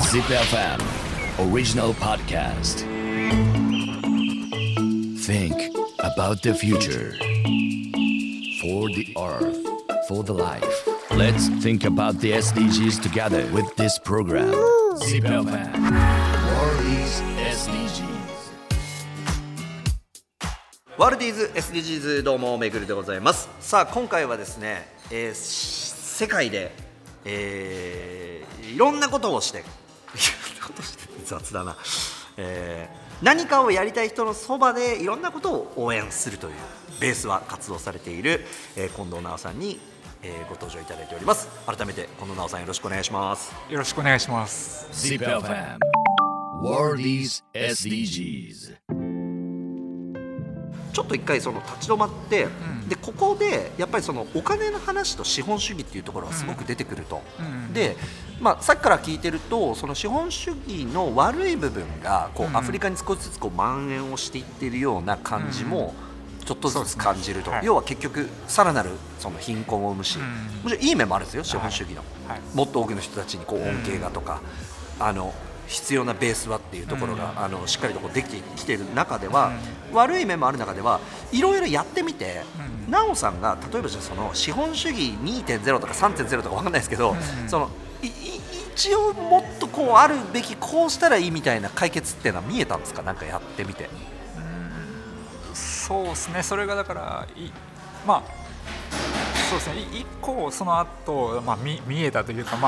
Zip FM Original Podcast. Think about the future. For the earth, for the life. Let's think about the SDGs together with this program. Zip FM World is SDGs. ワールディーズ SDGs どうもめぐるでございます。さあ今回はですね、世界で、いろんなことをして雑だな、何かをやりたい人のそばでいろんなことを応援するというベースは活動されている、近藤直さんに、ご登場いただいております。改めて近藤直さんよろしくお願いします。 よろしくお願いします。 Zip FM World is SDGs。 ちょっと一回その立ち止まって、でここでやっぱりそのお金の話と資本主義っていうところがすごく出てくると、で、さっきから聞いてるとその資本主義の悪い部分がこう、アフリカに少しずつこう蔓延をしていっているような感じもちょっとずつ感じると、要は結局さらなるその貧困を生むし、もちろんいい面もあるんですよ資本主義の、もっと多くの人たちにこう恩恵がとか、必要なベースはっていうところが、しっかりとこうできてきている中では、悪い面もある中ではいろいろやってみて、なおさんが例えばじゃあその資本主義 2.0 とか 3.0 とか分かんないですけど、その一応もっとこうあるべきこうしたらいいみたいな解決っていうのは見えたんですか？なんかやってみて。 そうですね、それがだからそうですね、一個その後、見えたというか、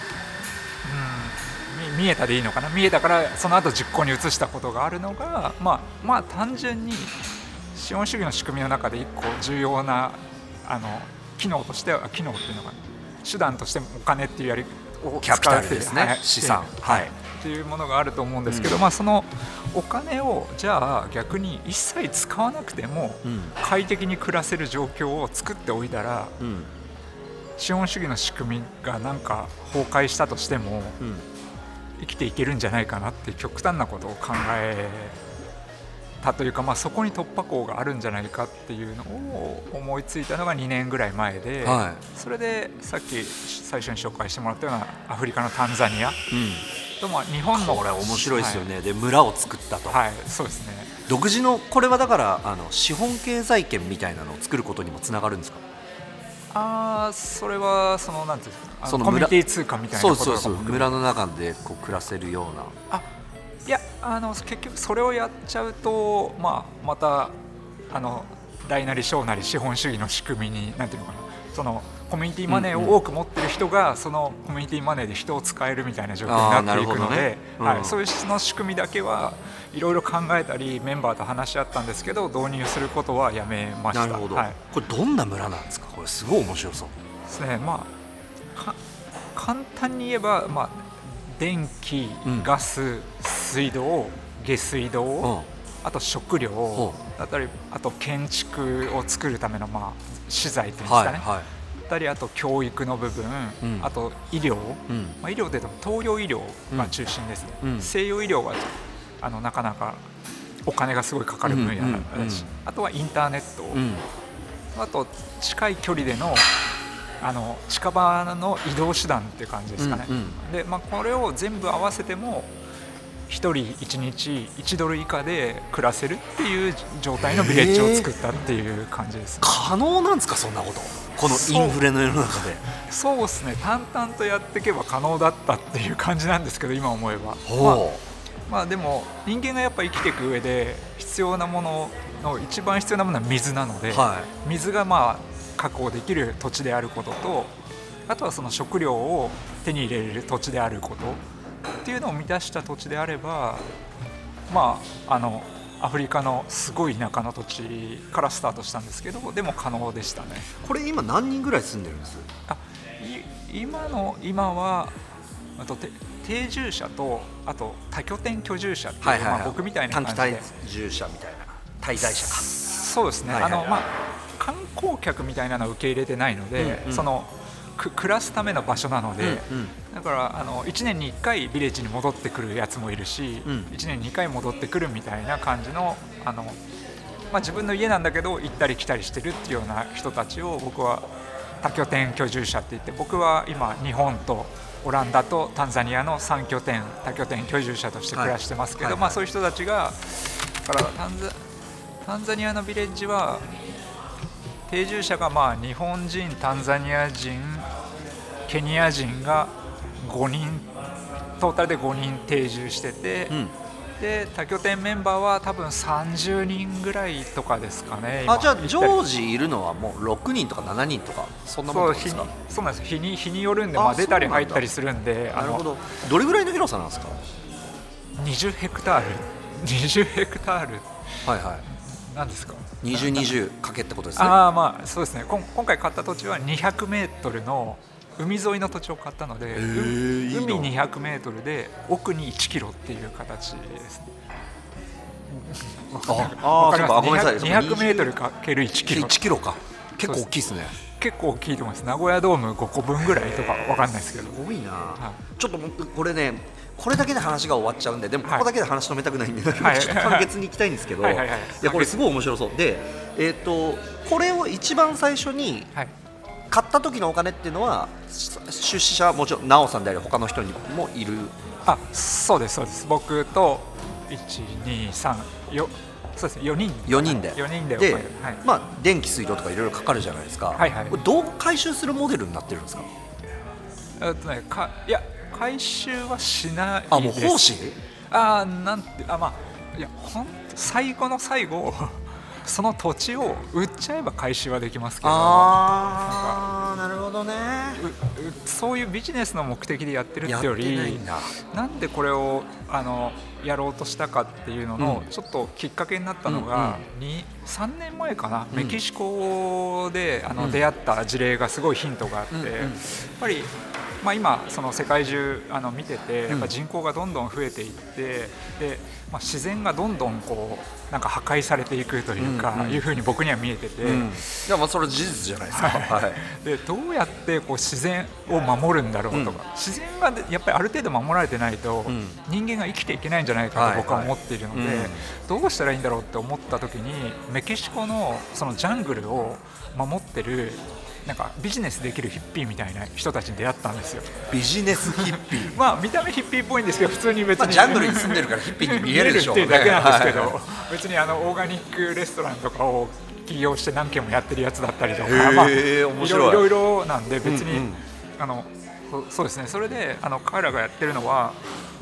見えたでいいのかな、見えたからその後実行に移したことがあるのが、単純に資本主義の仕組みの中で一個重要な機能としては、機能っていうのが手段としてお金っていうやりをキャピタルですね、資産、 っていうものがあると思うんですけど、そのお金をじゃあ逆に一切使わなくても快適に暮らせる状況を作っておいたら、資本主義の仕組みがなんか崩壊したとしても、生きていけるんじゃないかなっていう極端なことを考えたというか、そこに突破口があるんじゃないかっていうのを思いついたのが2年ぐらい前で、それでさっき最初に紹介してもらったようなアフリカのタンザニアと、日本のこれ面白いですよね、で村を作ったと、 そうですね、 独自のこれはだから資本経済圏みたいなのを作ることにもつながるんですか？ それはそのなんていうんですか、 そのコミュニティ通貨みたいなことがそう村の中でこう暮らせるような。 いや結局それをやっちゃうと、また大なり小なり資本主義の仕組みになんていうのかな、そのコミュニティマネーを多く持ってる人がそのコミュニティマネーで人を使えるみたいな状況になっていくので、そういうその仕組みだけはいろいろ考えたりメンバーと話し合ったんですけど、導入することはやめました。 なるほど、これどんな村なんですか？これすごい面白そうですね。簡単に言えば、電気、ガス、水道、下水道、あと食料だったり、あと建築を作るための資材というんですかね、だったり、あと教育の部分、あと医療、医療でいうと東洋医療が中心ですね、西洋医療はなかなかお金がすごいかかる分野だし、あとはインターネット、あと近い距離での近場の移動手段っていう感じですかね、で、これを全部合わせても1人1日1ドル以下で暮らせるっていう状態のビレッジを作ったっていう感じです、 可能なんですかそんなこと、このインフレの世の中で？ そうですね、淡々とやっていけば可能だったっていう感じなんですけど、今思えばでも人間がやっぱ生きていく上で必要なものの一番必要なものは水なので、水が確保できる土地であることと、あとはその食料を手に入れる土地であることっていうのを満たした土地であれば、アフリカのすごい田舎の土地からスタートしたんですけど、でも可能でしたね。 これ今何人ぐらい住んでるんです？ 今は定住者と、あと多拠点居住者っていう、僕みたいな感じで短期滞住者みたいな、滞在者か。 そうですね、観光客みたいなのを受け入れてないので、その暮らすための場所なので、だから1年に1回ビレッジに戻ってくるやつもいるし、1年に2回戻ってくるみたいな感じの、自分の家なんだけど行ったり来たりしてるっていうような人たちを僕は多拠点居住者って言って、僕は今日本とオランダとタンザニアの3拠点多拠点居住者として暮らしてますけど、そういう人たちがだからタンザニアのビレッジは定住者が日本人、タンザニア人、ケニア人が5人トータルで5人定住してて、で多拠点メンバーは多分30人ぐらいとかですかね。 じゃあ常時いるのはもう6人とか7人とかそんなもんですか？ そうなんです。日によるんで、出たり入ったりするんで。 なるほど。どれぐらいの広さなんですか ？20ヘクタールなんですか ？20かけってことですね。 そうですね。今回買った土地は200メートルの海沿いの土地を買ったので、海200メートルで奥に1キロっていう形ですね。わかります。 ごめんなさい。 200メートルかける1キロ。 1キロか。結構大きいですね。 結構大きいと思います。名古屋ドーム5個分ぐらいとかわかんないですけど。 すごいな。ちょっとこれね、これだけで話が終わっちゃうんで、でもここだけで話止めたくないんで、ちょっと簡潔に行きたいんですけど、いやこれすごい面白そうで、これを一番最初に買った時のお金っていうのは出資者はもちろん奈緒さんであり他の人にもいる？ そうですそうです。僕と123そうですね、4人でで、電気水道とかいろいろかかるじゃないですか。これどう回収するモデルになってるんですか？ いや回収はしないです。 もう奉仕？ いや本当最後の最後その土地を売っちゃえば回収はできますけど。 なるほどね。 そういうビジネスの目的でやってるってより、なんでこれをやろうとしたかっていうののちょっときっかけになったのが、3年前かな、メキシコで出会った事例がすごいヒントがあって、やっぱり今その世界中見てて、やっぱ人口がどんどん増えていって、で自然がどんどんなんか破壊されていくというか、いうふうに僕には見えてて、 いやそれは事実じゃないですか。 でどうやって自然を守るんだろうとか、自然がやっぱりある程度守られてないと人間が生きていけないんじゃないかと僕は思っているので、どうしたらいいんだろうって思った時に、メキシコのそのジャングルを守ってるなんかビジネスできるヒッピーみたいな人たちに出会ったんですよ。 ビジネスヒッピー見た目ヒッピーっぽいんですけど、普通に別に、 ジャングルに住んでるからヒッピーに見えるでしょうね。 っていうだけなんですけど、別にオーガニックレストランとかを起業して何軒もやってるやつだったりとか、いろいろなんで、別に、そうですね。それで彼らがやってるのは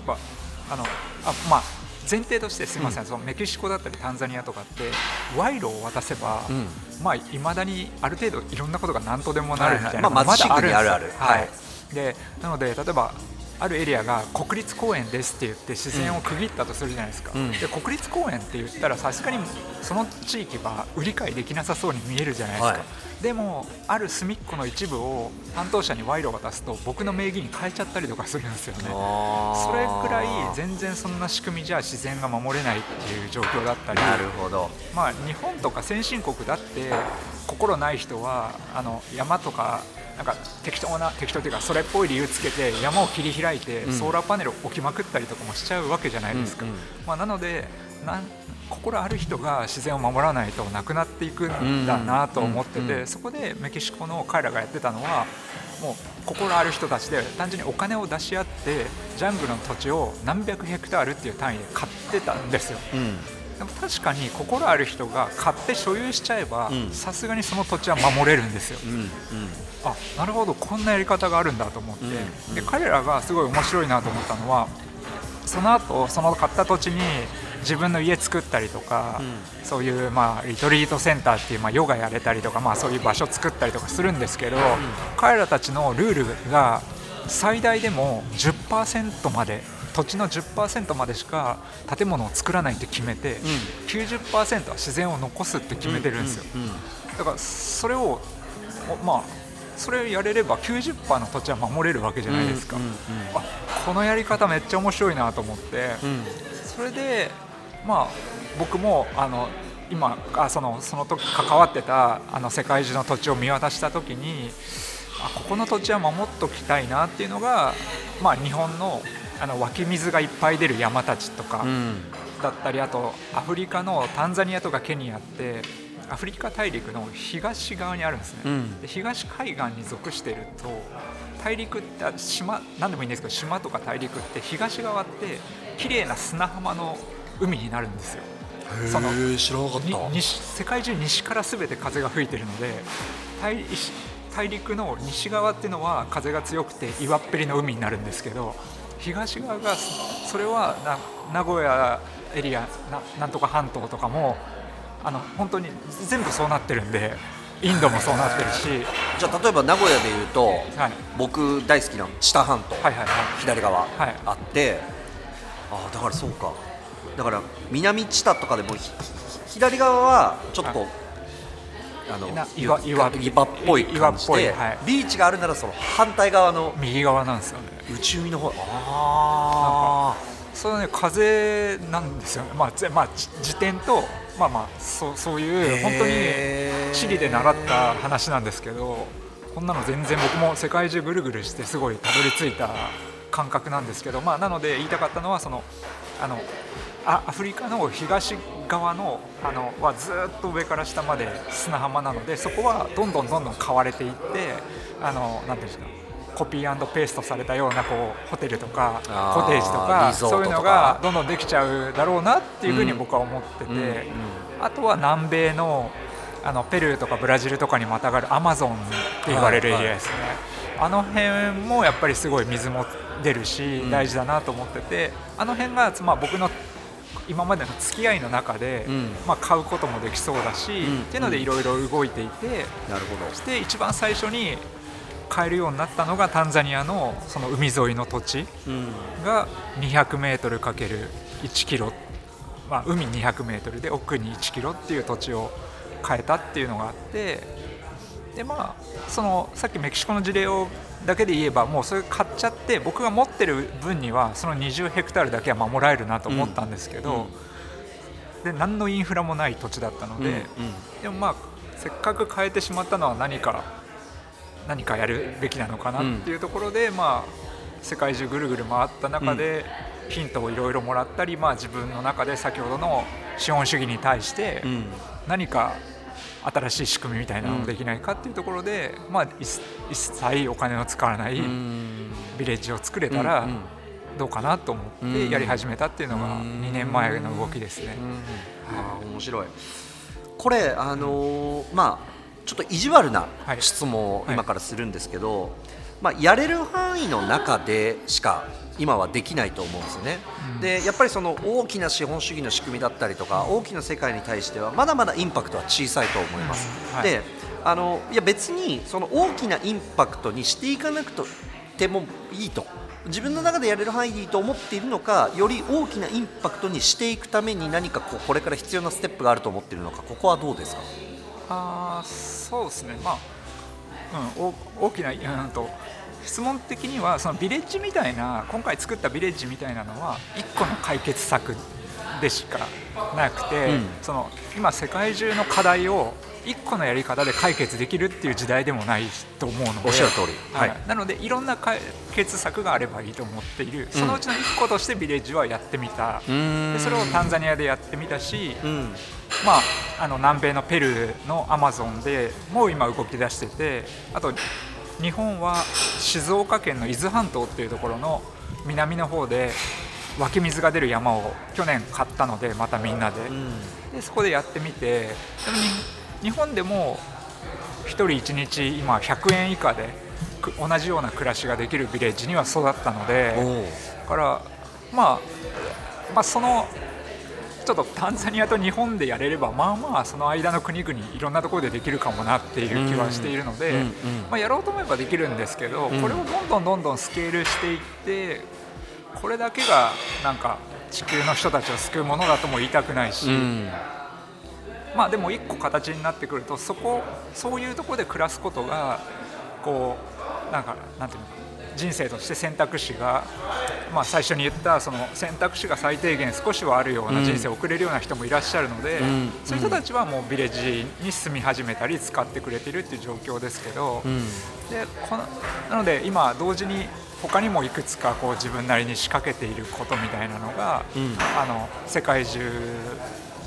前提として、すみません、そのメキシコだったりタンザニアとかって賄賂を渡せば、いまだにある程度いろんなことが何とでもなるみたいなのがまだあるんですよ。でなので、例えばあるエリアが国立公園ですって言って自然を区切ったとするじゃないですか。で国立公園って言ったらさすがにその地域は売り買いできなさそうに見えるじゃないですか。でもある隅っこの一部を担当者に賄賂を渡すと僕の名義に変えちゃったりとかするんですよね。それくらい全然そんな仕組みじゃ自然が守れないっていう状況だったり。 なるほど。 日本とか先進国だって心ない人は山とかなんか適当というかそれっぽい理由つけて山を切り開いてソーラーパネルを置きまくったりとかもしちゃうわけじゃないですか。なので心ある人が自然を守らないとなくなっていくんだなと思ってて、そこでメキシコの彼らがやってたのは、もう心ある人たちで単純にお金を出し合ってジャングルの土地を何百ヘクタールっていう単位で買ってたんですよ。でも確かに心ある人が買って所有しちゃえばさすがにその土地は守れるんですよ。なるほど、こんなやり方があるんだと思って、で彼らがすごい面白いなと思ったのは、その後その買った土地に自分の家作ったりとか、そういうリトリートセンターっていうヨガやれたりとか、そういう場所作ったりとかするんですけど、彼らたちのルールが最大でも 10% まで、土地の 10% までしか建物を作らないって決めて、90% は自然を残すって決めてるんですよ。だからそれをそれをやれれば 90% の土地は守れるわけじゃないですか。このやり方めっちゃ面白いなと思って、それで僕も今その時関わってた世界中の土地を見渡した時に、ここの土地は守っときたいなっていうのが、日本の湧き水がいっぱい出る山たちとかだったり、あとアフリカのタンザニアとかケニアってアフリカ大陸の東側にあるんですね。で東海岸に属していると大陸って島、何でもいいんですけど、島とか大陸って東側って綺麗な砂浜の海になるんですよ。その知らなかった。 世界中西から全て風が吹いてるので、大陸の西側っていうのは風が強くて岩っぺりの海になるんですけど、東側がそれは名古屋エリア なんとか半島とかも本当に全部そうなってるんで、インドもそうなってるし。 じゃあ例えば名古屋でいうと、 はい、 僕大好きな知多半島、 はいはいはい、 左側、 はい、 あって、だからそうか、だから南知多とかでも左側はちょっとこう岩っぽい感じで、はい、ビーチがあるならその反対側の右側なんですよね、 内海の方。 それね、風なんですよね。自転とそういう本当に地理で習った話なんですけど、こんなの全然僕も世界中ぐるぐるしてすごいたどり着いた感覚なんですけど、なので言いたかったのはアフリカの東側のはずっと上から下まで砂浜なので、そこはどんどん買われていって、なんていうんですか、コピー&ペーストされたようなホテルとかコテージとかそういうのがどんどんできちゃうだろうなっていうふうに僕は思ってて、あとは南米のペルーとかブラジルとかにまたがるアマゾンって言われるエリアですね、あの辺もやっぱりすごい水も出るし大事だなと思ってて、あの辺が僕の今までの付き合いの中で、買うこともできそうだし、っていうのでいろいろ動いていて、 なるほど。 そして一番最初に買えるようになったのがタンザニアのその海沿いの土地が200メートル ×1 キロ、海200メートルで奥に1キロっていう土地を買えたっていうのがあって、でさっきメキシコの事例だけで言えば、もうそれ買っちゃって、僕が持ってる分にはその20ヘクタールだけは守られるなと思ったんですけど、で何のインフラもない土地だったので、でもせっかく買えてしまったのは何かやるべきなのかなっていうところで、世界中ぐるぐる回った中でヒントをいろいろもらったり、自分の中で先ほどの資本主義に対して何か新しい仕組みみたいなのができないかっていうところで、一切お金の使わないビレッジを作れたらどうかなと思ってやり始めたっていうのが2年前の動きですね。 面白い。これちょっと意地悪な質問を今からするんですけど、やれる範囲の中でしか今はできないと思うんですよね。でやっぱりその大きな資本主義の仕組みだったりとか大きな世界に対してはまだまだインパクトは小さいと思います。でいや別にその大きなインパクトにしていかなくてもいいと、自分の中でやれる範囲でいいと思っているのか、より大きなインパクトにしていくために何かこれから必要なステップがあると思っているのか、ここはどうですか？ そうですね、大きな質問的にはそのビレッジみたいな、今回作ったビレッジみたいなのは1個の解決策でしかなくて、その今世界中の課題を1個のやり方で解決できるっていう時代でもないと思うので、 おっしゃる通り、 なのでいろんな解決策があればいいと思っている、そのうちの1個としてビレッジはやってみた、でそれをタンザニアでやってみたし、南米のペルーのアマゾンでもう今動き出してて、あと日本は静岡県の伊豆半島っていうところの南の方で湧き水が出る山を去年買ったので、またみんなで、そこでやってみて、でも日本でも1人1日今100円以下で同じような暮らしができるビレッジには育ったので、だからそのちょっとタンザニアと日本でやれればその間の国々いろんなところでできるかもなっていう気はしているので、やろうと思えばできるんですけど、これをどんどんスケールしていって、これだけがなんか地球の人たちを救うものだとも言いたくないし、でも一個形になってくると、そういうところで暮らすことがなんていうの、人生として選択肢が、最初に言ったその選択肢が最低限少しはあるような人生を送れるような人もいらっしゃるので、そういう人たちはもうビレッジに住み始めたり使ってくれてるっていう状況ですけど、なので今同時に他にもいくつか自分なりに仕掛けていることみたいなのが、世界中、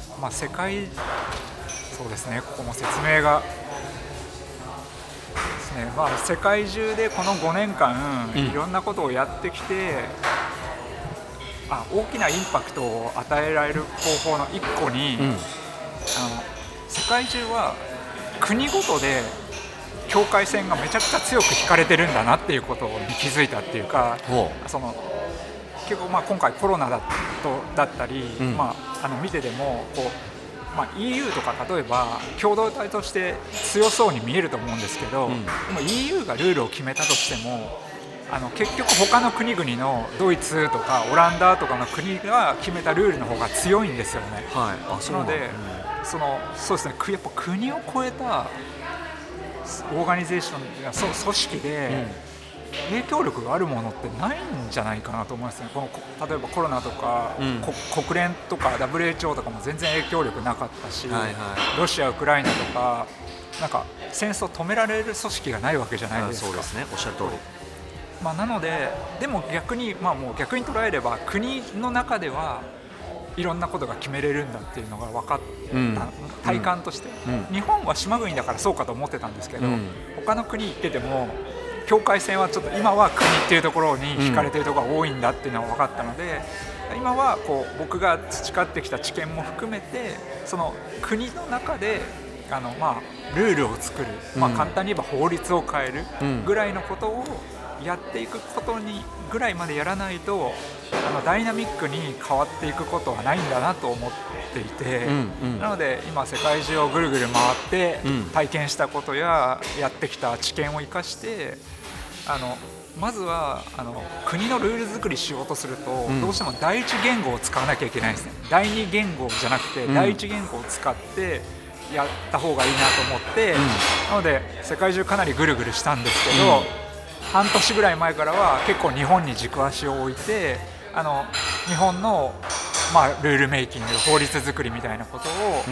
そうですね、ここも説明がですね、世界中でこの5年間、いろんなことをやってきて、大きなインパクトを与えられる方法の一個に、世界中は国ごとで境界線がめちゃくちゃ強く引かれてるんだなっていうことに気づいたっていうか、結構今回コロナだったり、見ててもEU とか例えば共同体として強そうに見えると思うんですけど、でも EU がルールを決めたとしても結局他の国々のドイツとかオランダとかの国が決めたルールの方が強いんですよね。なのでそうですね、やっぱ国を超えたオーガニゼーションや組織で影響力があるものってないんじゃないかなと思いますね。例えばコロナとか、国連とか WHO とかも全然影響力なかったし、ロシア、ウクライナとかなんか戦争を止められる組織がないわけじゃないですか。 そうですね、おっしゃる通り。 なので、でも逆にもう逆に捉えれば国の中ではいろんなことが決めれるんだっていうのが分かった、体感として、日本は島国だからそうかと思ってたんですけど、他の国行ってても境界線はちょっと今は国っていうところに惹かれているところが多いんだっていうのが分かったので、今は僕が培ってきた知見も含めてその国の中でルールを作る、簡単に言えば法律を変えるぐらいのことをやっていくことにぐらいまでやらないとダイナミックに変わっていくことはないんだなと思っていて、なので今世界中をぐるぐる回って体験したことややってきた知見を生かしてまずは国のルール作りしようとすると、どうしても第一言語を使わなきゃいけないんですね。第二言語じゃなくて第一言語を使ってやった方がいいなと思って、なので世界中かなりぐるぐるしたんですけど、半年ぐらい前からは結構日本に軸足を置いて日本の、ルールメイキング、法律作りみたいなことを、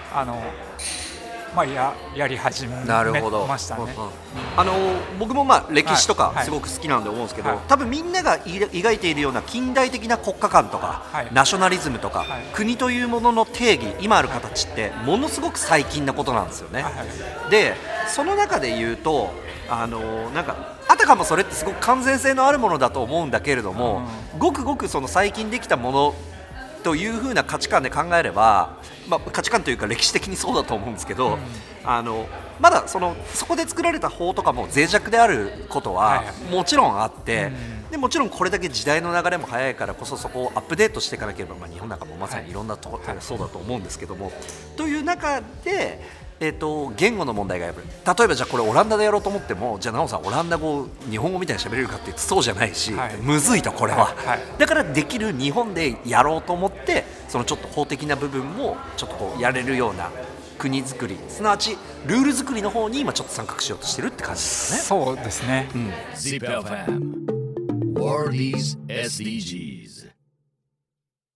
やり始めましたね。 僕も歴史とかすごく好きなんで思うんですけど、多分みんなが描いているような近代的な国家観とか、ナショナリズムとか、国というものの定義、今ある形ってものすごく最近なことなんですよね。でその中で言うとなんかあたかもそれってすごく完全性のあるものだと思うんだけれども、ごくごくその最近できたものという風な価値観で考えれば、価値観というか歴史的にそうだと思うんですけど、まだそこで作られた法とかも脆弱であることはもちろんあって、でもちろんこれだけ時代の流れも早いからこそそこをアップデートしていかなければ、日本なんかもまさにいろんなところがそうだと思うんですけども、という中で言語の問題がやっぱり、例えばじゃあこれオランダでやろうと思っても、じゃあ奈緒さんオランダ語日本語みたいに喋れるかって言ってそうじゃないし、むずいとこれは、だからできる日本でやろうと思って、そのちょっと法的な部分もちょっとやれるような国づくり、すなわちルール作りの方に今ちょっと参画しようとしてるって感じですね。 そうですね。 ZIPFM World is SDGs